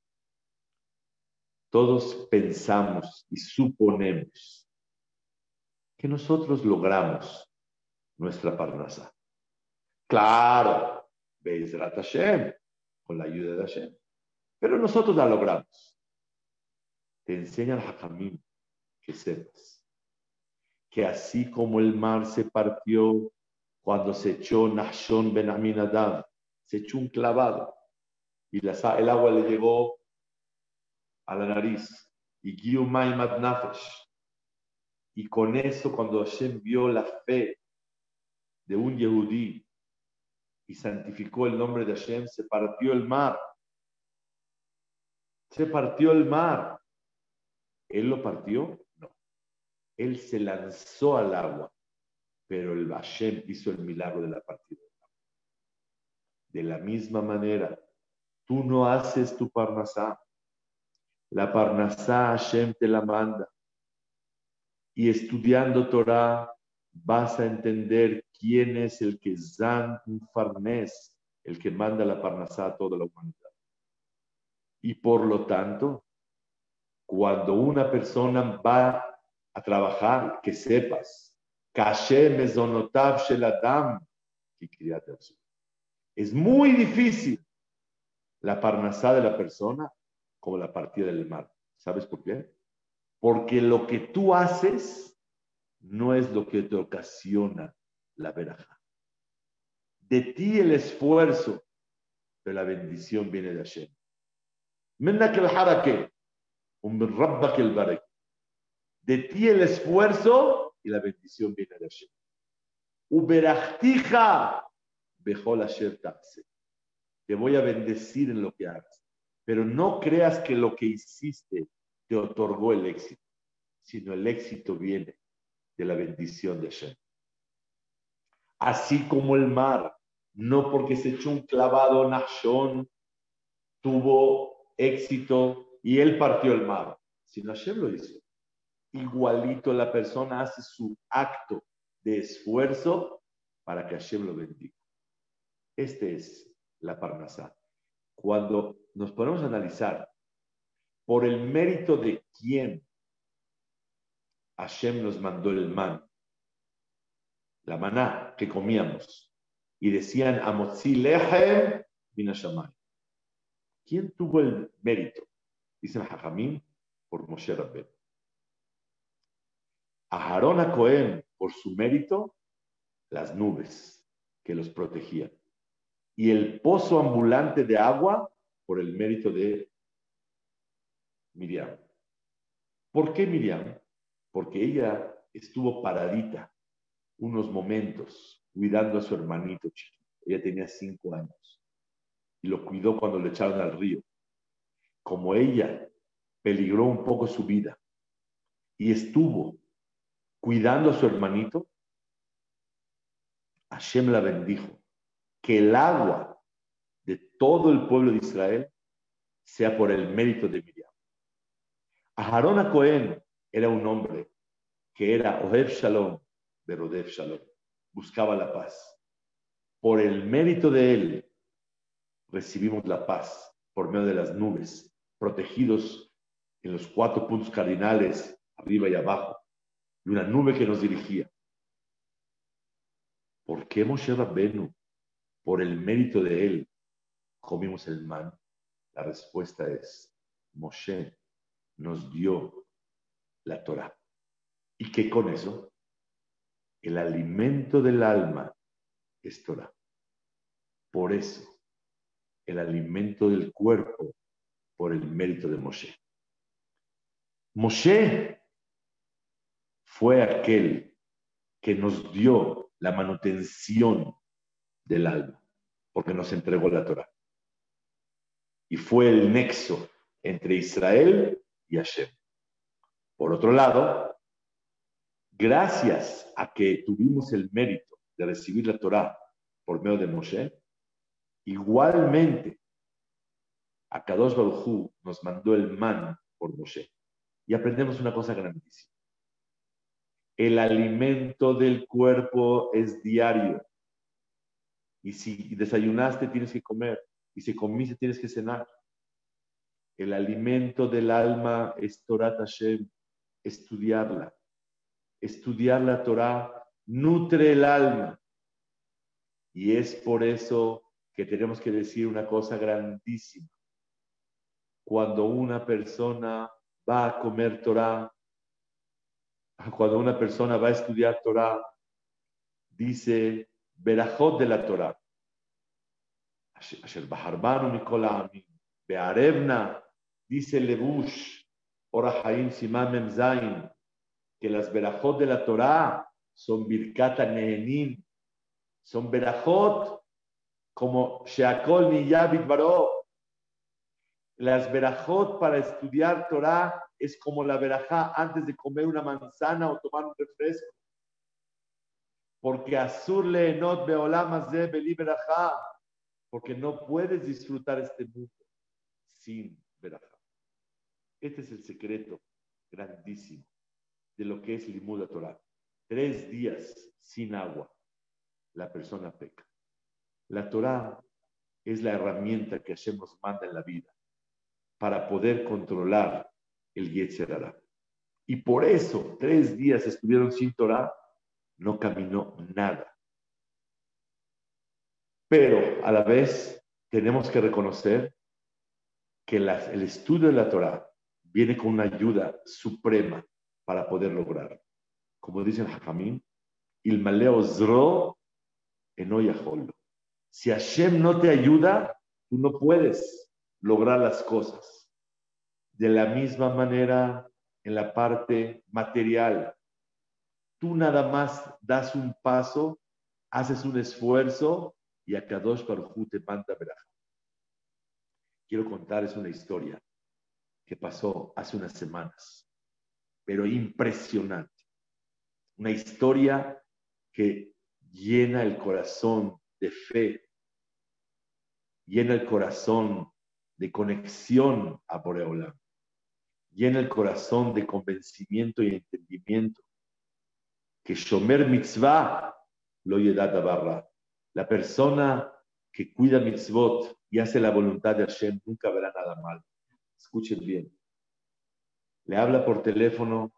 Todos pensamos y suponemos que nosotros logramos nuestra parnasá. Claro, Bezrat Hashem, con la ayuda de Hashem. Pero nosotros la logramos. Te enseña el Hakamim que sepas que así como el mar se partió cuando se echó Nahshon ben Aminadab, se echó un clavado y la, el agua le llegó a la nariz y Giumay Madnafesh. Y con eso, cuando Hashem vio la fe de un Yehudí y santificó el nombre de Hashem, se partió el mar. Se partió el mar. ¿Él lo partió? No. Él se lanzó al agua, pero el Hashem hizo el milagro de la partida. De la misma manera, tú no haces tu parnasá. La parnasá Hashem te la manda. Y estudiando Torah vas a entender quién es el que Zan Farnes, el que manda la parnasá a toda la humanidad. Y por lo tanto, cuando una persona va a trabajar, que sepas, Kashem mezonotav shel adam, es muy difícil la parnasá de la persona como la partida del mar. ¿Sabes por qué? Porque lo que tú haces no es lo que te ocasiona la verajá. De ti el esfuerzo, pero la bendición viene de Hashem. Mennak el harake, un rabbak el barek. De ti el esfuerzo y la bendición viene de Hashem. Uberachtija bejol asher ta'ase. Te voy a bendecir en lo que hagas. Pero no creas que lo que hiciste te otorgó el éxito, sino el éxito viene de la bendición de Hashem. Así como el mar, no porque se echó un clavado Nahshon, tuvo éxito y él partió el mar, sino Hashem lo hizo. Igualito la persona hace su acto de esfuerzo para que Hashem lo bendiga. Este es la parnasá. Cuando nos ponemos a analizar por el mérito de quién Hashem nos mandó el man, la maná que comíamos, y decían Amotzi lehem min hashamayim. ¿Quién tuvo el mérito? Dicen Jajamín por Moshe Rabbeinu. A Aarón a Cohen por su mérito, las nubes que los protegían. Y el pozo ambulante de agua por el mérito de Miriam. ¿Por qué Miriam? Porque ella estuvo paradita unos momentos cuidando a su hermanito chiquito. Ella tenía cinco años y lo cuidó cuando le echaron al río. Como ella peligró un poco su vida y estuvo cuidando a su hermanito, Hashem la bendijo. Que el agua de todo el pueblo de Israel sea por el mérito de Miriam. Aharón a Cohen era un hombre que era Ohev Shalom, de Rodev Shalom. Buscaba la paz. Por el mérito de él, recibimos la paz por medio de las nubes, protegidos en los cuatro puntos cardinales, arriba y abajo, y una nube que nos dirigía. ¿Por qué Moshe Rabbeinu, por el mérito de él, comimos el man? La respuesta es, Moshe nos dio la Torah. ¿Y qué con eso? El alimento del alma es Torah. Por eso, el alimento del cuerpo, por el mérito de Moshe. Moshe fue aquel que nos dio la manutención del alma, porque nos entregó la Torah. Y fue el nexo entre Israel y Hashem. Por otro lado, gracias a que tuvimos el mérito de recibir la Torá por medio de Moshe, igualmente Akadosh Baruj Hu nos mandó el man por Moshe. Y aprendemos una cosa grandísima. El alimento del cuerpo es diario. Y si desayunaste, tienes que comer. Y si comiste, tienes que cenar. El alimento del alma es Torah Hashem, estudiarla. Estudiar la Torah nutre el alma. Y es por eso que tenemos que decir una cosa grandísima. Cuando una persona va a comer Torah, cuando una persona va a estudiar Torah, dice Berajot de la Torah. Asher Baharbanu Mikol Ha'amim. Be'arevna, dice Levush, Ora Haim Siman Mem Zayin, que las Berajot de la Torah son Birkat Nehenim, son Berajot como Sheakol Niyabit Baró. Las Berajot para estudiar Torah es como la Berajá antes de comer una manzana o tomar un refresco. Porque Asur Leenot Beolam Hazeh Beli Berajá. Porque no puedes disfrutar este mundo sin Berajá. Este es el secreto grandísimo de lo que es Limud Torah. Tres días sin agua, la persona peca. La Torah es la herramienta que Hashem nos manda en la vida para poder controlar el Yetzer Hara. Y por eso, tres días estuvieron sin Torah, no caminó nada. Pero a la vez tenemos que reconocer que la, el estudio de la Torah viene con una ayuda suprema para poder lograr. Como dice el Hajamim, Ilmale Ozro eno yajolo. Si Hashem no te ayuda, tú no puedes lograr las cosas. De la misma manera, en la parte material, tú nada más das un paso, haces un esfuerzo y Akadosh Baruj Hu te manda verajá. Quiero contarles una historia que pasó hace unas semanas, pero impresionante. Una historia que llena el corazón de fe, llena el corazón de conexión a Boreolam, llena el corazón de convencimiento y entendimiento que Shomer Mitzvah lo yedat barra. La persona que cuida mitzvot y hace la voluntad de Hashem nunca verá nada mal. Escuchen bien. Le habla por teléfono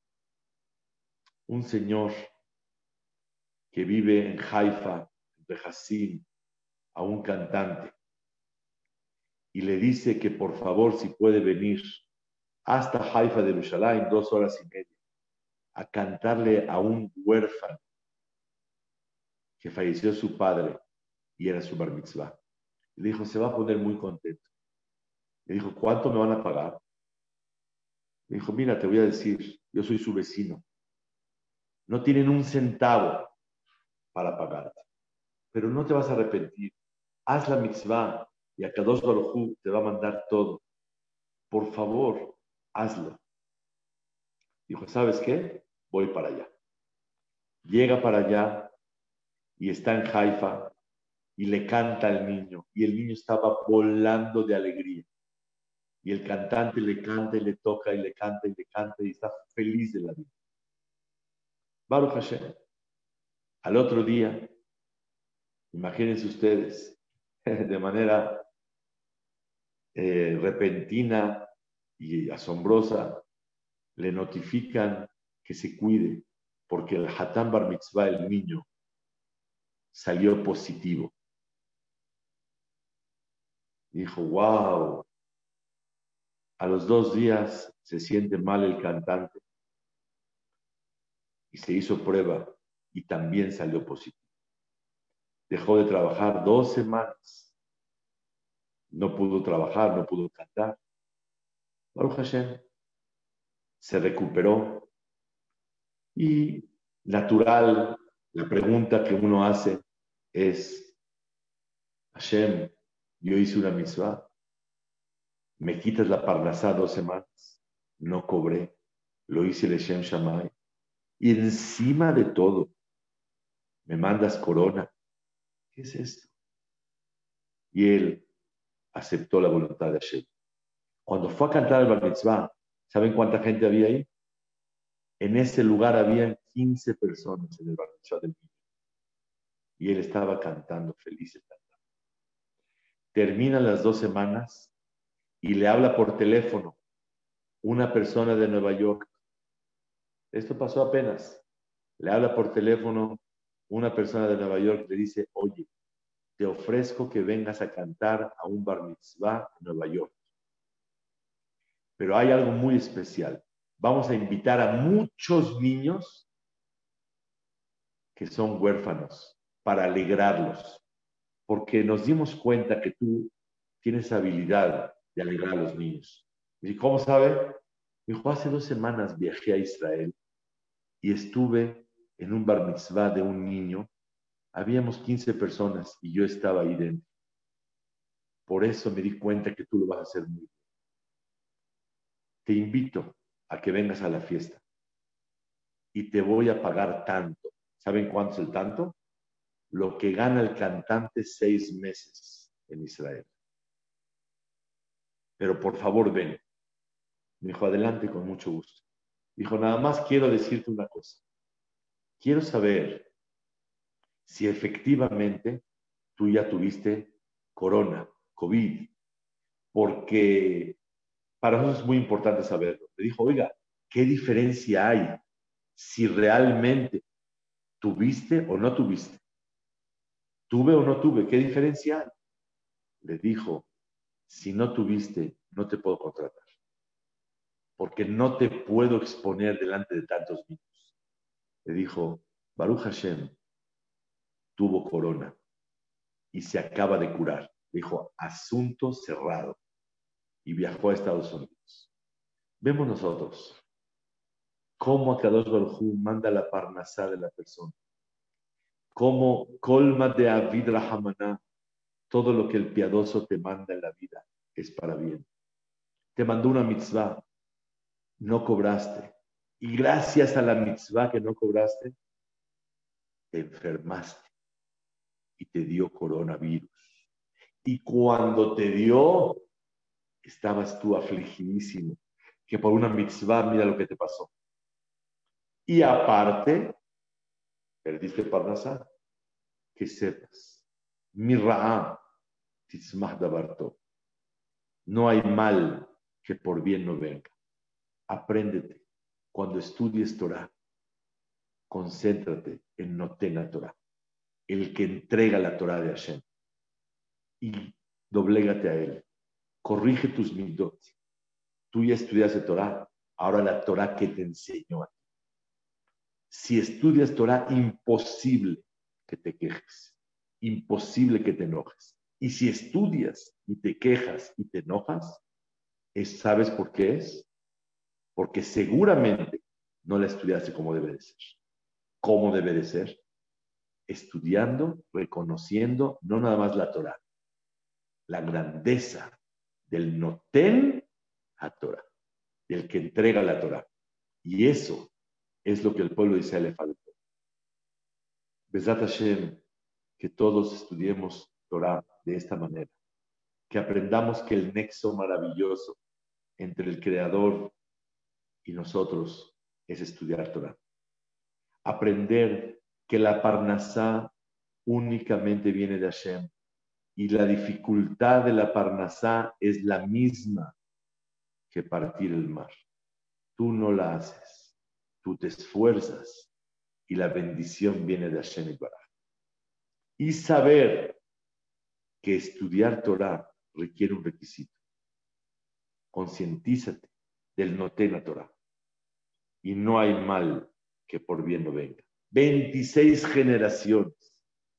un señor que vive en Haifa, en Bejasim, a un cantante, y le dice que por favor si puede venir hasta Haifa de Yerushalayim, dos horas y media, a cantarle a un huérfano que falleció su padre y era su bar mitzvah. Le dijo, se va a poner muy contento. Le dijo, ¿cuánto me van a pagar? Le dijo, mira, te voy a decir, yo soy su vecino. No tienen un centavo para pagarte, pero no te vas a arrepentir. Haz la mitzvah y a Kadosh Baruj Hu te va a mandar todo. Por favor, hazlo. Dijo, ¿sabes qué? Voy para allá. Llega para allá y está en Haifa y le canta al niño. Y el niño estaba volando de alegría. Y el cantante le canta y le toca y le canta y le canta y está feliz de la vida. Baruch Hashem. Al otro día, imagínense ustedes, de manera eh, repentina y asombrosa, le notifican que se cuide porque el Hatán Bar Mitzvah, el niño, salió positivo. Dijo, wow. A los dos días se siente mal el cantante y se hizo prueba y también salió positivo. Dejó de trabajar dos semanas. No pudo trabajar, no pudo cantar. Baruch Hashem se recuperó y natural, la pregunta que uno hace es, Hashem, yo hice una mitzvah, me quitas la parnasá dos semanas, no cobré, lo hice el Shem Shammai. Y encima de todo, me mandas corona. ¿Qué es esto? Y él aceptó la voluntad de Hashem. Cuando fue a cantar el Bar Mitzvah, ¿saben cuánta gente había ahí? En ese lugar habían quince personas en el Bar Mitzvah del niño. Y él estaba cantando feliz. Terminan las dos semanas y le habla por teléfono una persona de Nueva York. Esto pasó apenas. Le habla por teléfono una persona de Nueva York y le dice, oye, te ofrezco que vengas a cantar a un Bar Mitzvah en Nueva York. Pero hay algo muy especial. Vamos a invitar a muchos niños que son huérfanos para alegrarlos, porque nos dimos cuenta que tú tienes habilidad de alegrar a los niños. ¿Y cómo sabe? Me dijo, hace dos semanas viajé a Israel y estuve en un bar mitzvah de un niño. Habíamos quince personas y yo estaba ahí dentro. Por eso me di cuenta que tú lo vas a hacer muy bien. Te invito a que vengas a la fiesta y te voy a pagar tanto. ¿Saben cuánto es el tanto? Lo que gana el cantante seis meses en Israel. Pero por favor ven. Me dijo, adelante, con mucho gusto. Dijo, nada más quiero decirte una cosa. Quiero saber si efectivamente tú ya tuviste corona, COVID, porque para nosotros es muy importante saberlo. Le dijo, oiga, ¿qué diferencia hay si realmente tuviste o no tuviste? ¿Tuve o no tuve? ¿Qué diferencia hay? Le dijo, si no tuviste, no te puedo contratar, porque no te puedo exponer delante de tantos niños. Le dijo, Baruch Hashem tuvo corona y se acaba de curar. Dijo, asunto cerrado. Y viajó a Estados Unidos. Vemos nosotros cómo Akadosh Baruj Hu manda la parnasá de la persona. Cómo colma de Avid Rahamaná, todo lo que el piadoso te manda en la vida es para bien. Te mandó una mitzvah, no cobraste. Y gracias a la mitzvah que no cobraste, te enfermaste y te dio coronavirus. Y cuando te dio, estabas tú afligidísimo, que por una mitzvah, mira lo que te pasó. Y aparte, perdiste parnasá. Que sepas, mi ra'á, titzmah dabarto. No hay mal que por bien no venga. Apréndete. Cuando estudies Torah, concéntrate en Noten Torah, el que entrega la Torah de Hashem. Y doblégate a él. Corrige tus midot. Tú ya estudiaste Torah, ahora la Torah que te enseñó a ti. Si estudias Torah, imposible que te quejes, imposible que te enojes. Y si estudias y te quejas y te enojas, es, ¿sabes por qué es? Porque seguramente no la estudiaste como debe de ser. ¿Cómo debe de ser? Estudiando, reconociendo no nada más la Torah, la grandeza del Noten a Torah, del que entrega la Torah. Y eso es lo que el pueblo de Israel le faltó. Bezat Hashem, que todos estudiemos Torah de esta manera, que aprendamos que el nexo maravilloso entre el Creador y nosotros es estudiar Torah. Aprender que la Parnasá únicamente viene de Hashem y la dificultad de la Parnasá es la misma que partir el mar. Tú no la haces, tú te esfuerzas y la bendición viene de Hashem y Baraj. Y saber que estudiar Torah requiere un requisito. Concientízate del Noten Torah. Y no hay mal que por bien no venga. veintiséis generaciones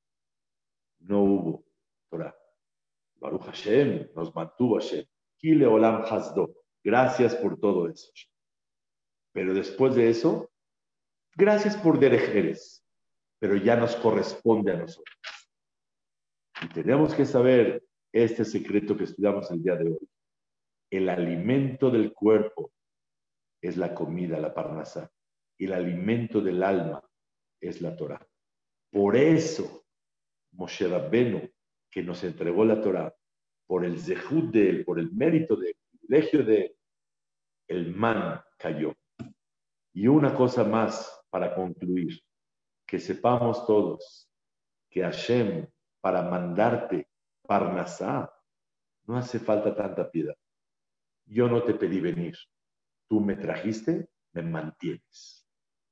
no hubo Torah. Baruch Hashem, nos mantuvo Hashem. Kile Olam Hasdo. Gracias por todo eso. Pero después de eso, gracias por derejeres. Pero ya nos corresponde a nosotros. Y tenemos que saber este secreto que estudiamos el día de hoy. El alimento del cuerpo es la comida, la parnasá. el alimento del alma es la Torah. Por eso, Moshe Rabbenu, que nos entregó la Torah, por el zehut de él, por el mérito de él, el privilegio de él, el man cayó. Y una cosa más para concluir, que sepamos todos que Hashem, para mandarte Parnasá, no hace falta tanta piedad. Yo no te pedí venir. Tú me trajiste, me mantienes.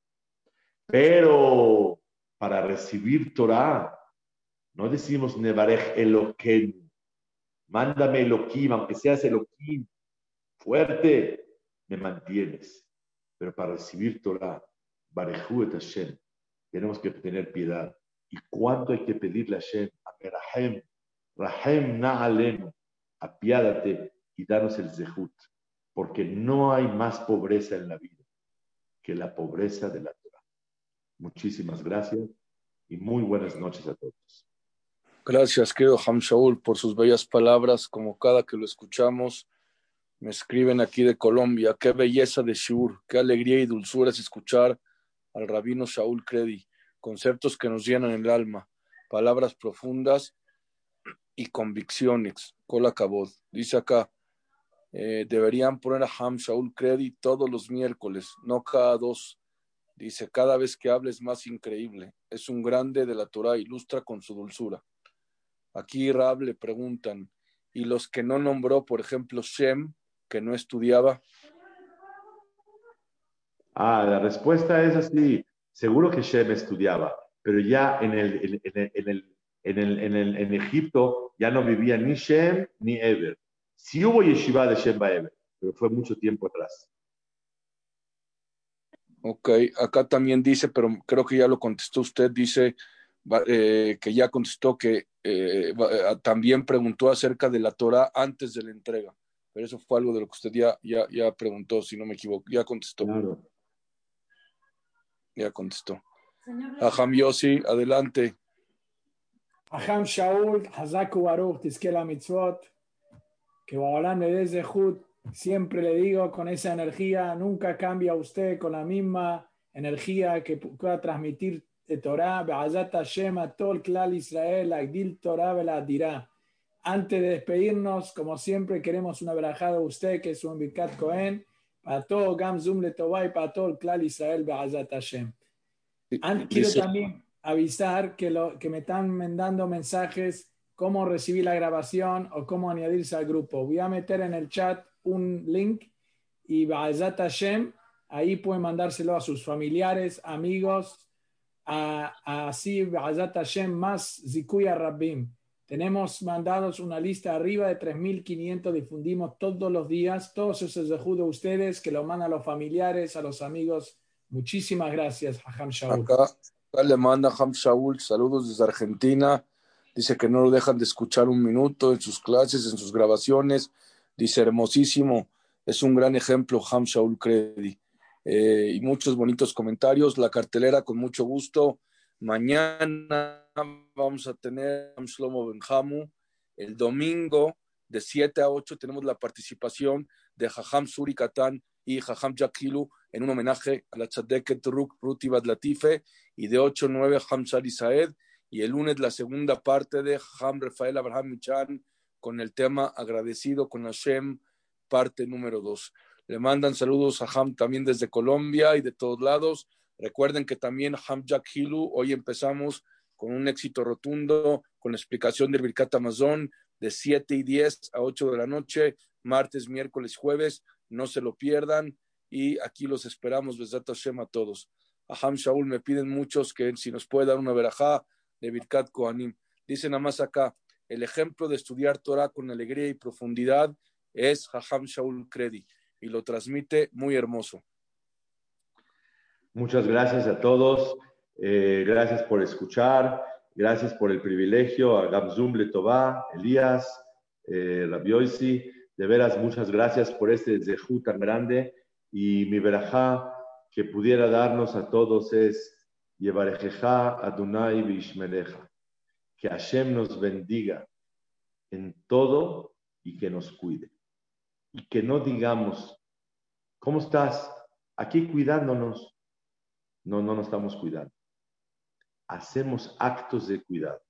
Pero para recibir Torah, no decimos Nevarech Eloquenu. Mándame Elohim, aunque seas Elohim, fuerte, me mantienes. Pero para recibir Torah, Barejú et Hashem, tenemos que tener piedad. ¿Y cuánto hay que pedirle a Hashem? A Merahem, Rahem Na'alenu, apiádate y danos el zehut, porque no hay más pobreza en la vida que la pobreza de la Torah. Muchísimas gracias y muy buenas noches a todos. Gracias, querido Ham Shaul, por sus bellas palabras. Como cada que lo escuchamos, me escriben aquí de Colombia. Qué belleza de Shiur, qué alegría y dulzura es escuchar al rabino Shaul Kredi. Conceptos que nos llenan el alma, palabras profundas y convicciones. Kol Kabod. Dice acá, eh, deberían poner a Ham Shaul Kredi todos los miércoles, no cada dos. Dice, cada vez que hable es más increíble. Es un grande de la Torah, ilustra con su dulzura. Aquí Rab le preguntan, ¿y los que no nombró, por ejemplo, Shem, que no estudiaba? Ah, la respuesta es así. Seguro que Shem estudiaba, pero ya en el, en, en, en el, en, el, en, el, en Egipto ya no vivía ni Shem ni Eber. Sí hubo yeshiva de Shem ba Eber, pero fue mucho tiempo atrás. Ok, acá también dice, pero creo que ya lo contestó usted, dice eh, que ya contestó que eh, también preguntó acerca de la Torah antes de la entrega, pero eso fue algo de lo que usted ya, ya, ya preguntó, si no me equivoco, ya contestó. Claro. Ya contestó. Aham Yossi, adelante. Aham Shaul, Hazaku Baruch, Tizke mitzvot, que Baolam le dé zehut. Siempre le digo, con esa energía, nunca cambia usted con la misma energía que pueda transmitir de Torah, Be'azat Hashem a todo el Klal Israel, Agdil Torah Ve'ladirá. Antes de despedirnos, como siempre, queremos una verajada de usted, que es un Birkat Cohen, para todo Gam Zum Letová y para todo el Klal Israel, Be'azat Hashem. Antes, quiero también avisar que, lo, que me están mandando mensajes cómo recibir la grabación o cómo añadirse al grupo. Voy a meter en el chat un link y Ba'azat Hashem, ahí pueden mandárselo a sus familiares, amigos, a, a así Ba'azat Hashem más Zikuya Rabbim. Tenemos mandados una lista arriba de tres mil quinientos, difundimos todos los días, todos esos zehut de ustedes que lo mandan a los familiares, a los amigos. Muchísimas gracias, Aham Shaul. Acá, acá le manda Aham Shaul, saludos desde Argentina. Dice que no lo dejan de escuchar un minuto en sus clases, en sus grabaciones. Dice, hermosísimo, es un gran ejemplo, Aham Shaul Kredi. Eh, y muchos bonitos comentarios. La cartelera, con mucho gusto. Mañana vamos a tener a Shlomo Benjamu. El domingo, de siete a ocho, tenemos la participación de Jajam Suri Katán y Jajam Jakilu en un homenaje a la Tzadeket Ruti Bat Latife, y de ocho a nueve Jajam Sari Saed, y el lunes la segunda parte de Jajam Rafael Abraham Michan con el tema Agradecido con Hashem, parte número dos. Le mandan saludos a Jajam también desde Colombia y de todos lados. Recuerden que también Jajam Jakilu, hoy empezamos con un éxito rotundo, con la explicación del Birkat Amazon, de siete y diez a ocho de la noche, martes, miércoles, jueves. No se lo pierdan, y aquí los esperamos, Bezat Hashem, a todos. Aham Shaul, me piden muchos que si nos puede dar una verajá de Birkat Kohanim. Dicen nada más acá, el ejemplo de estudiar Torah con alegría y profundidad es Aham Shaul Kredi, y lo transmite muy hermoso. Muchas gracias a todos, eh, gracias por escuchar, gracias por el privilegio, a Gamzum Letová, Elías, eh, Rabbi Yossi. De veras, muchas gracias por este zehut tan grande, y mi verajá que pudiera darnos a todos es Yevarejeja Adonai Bishmeleja, que Hashem nos bendiga en todo y que nos cuide, y que no digamos, ¿cómo estás? Aquí cuidándonos, no, no nos estamos cuidando. Hacemos actos de cuidado.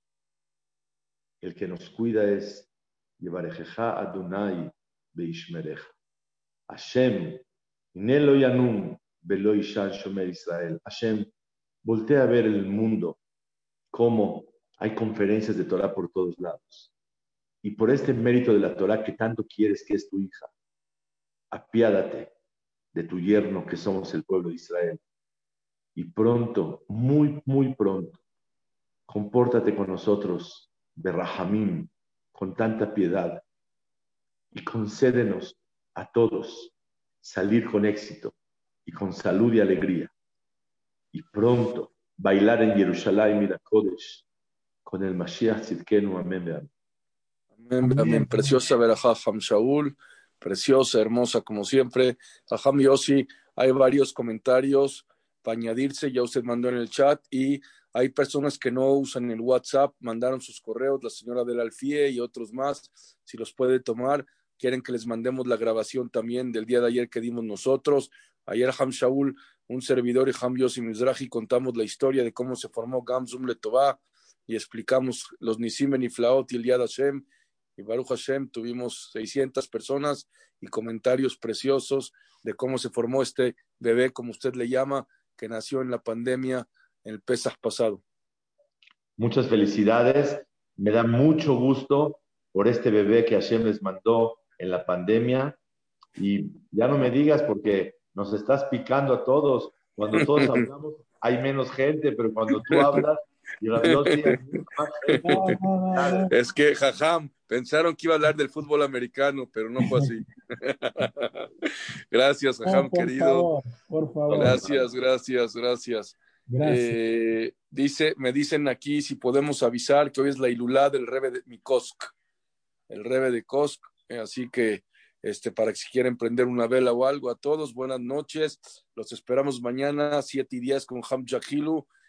El que nos cuida es Yevarejeja Adonai Beishmereja. Hashem, Inelo Yanum, Velo Ishan Shomer Israel. Hashem, voltea a ver el mundo, cómo hay conferencias de Torah por todos lados. Y por este mérito de la Torah que tanto quieres, que es tu hija, apiádate de tu yerno, que somos el pueblo de Israel. Y pronto, muy, muy pronto, compórtate con nosotros, Berrahamim, con tanta piedad, y concédenos a todos salir con éxito y con salud y alegría. Y pronto bailar en Jerusalén y la Kodesh con el Mashiach Tzidkenu. Amén. Amén. Amén, amén. Preciosa verajá, Ham Shaul, preciosa, hermosa, como siempre. Ajam Yossi, hay varios comentarios para añadirse, ya usted mandó en el chat, y hay personas que no usan el WhatsApp, mandaron sus correos, la señora del Alfie y otros más, si los puede tomar. Quieren que les mandemos la grabación también del día de ayer que dimos nosotros. Ayer Ham Shaul, un servidor, y Ham Yossi Mizrahi contamos la historia de cómo se formó Gamzum Letová y explicamos los Nisim Ben Iflaot y el Yad Hashem. Y Baruch Hashem, tuvimos seiscientas personas y comentarios preciosos de cómo se formó este bebé, como usted le llama, que nació en la pandemia, en el Pesaj pasado. Muchas felicidades. Me da mucho gusto por este bebé que Hashem les mandó en la pandemia. Y ya no me digas porque nos estás picando a todos. Cuando todos hablamos hay menos gente, pero cuando tú hablas, y Rabiosi, hay más gente. No, no, no, no. Es que, jajam, pensaron que iba a hablar del fútbol americano, pero no fue así. Gracias, jajam, No, por querido. favor, por favor. Gracias, gracias, gracias. Gracias. Eh, dice, me dicen aquí si podemos avisar que hoy es la Ilulá del Rebe de Mikosk, el Rebe de Kosk, eh, así que este, para que si quieren prender una vela o algo, a todos, buenas noches, los esperamos mañana, siete y diez con Ham Jahilu,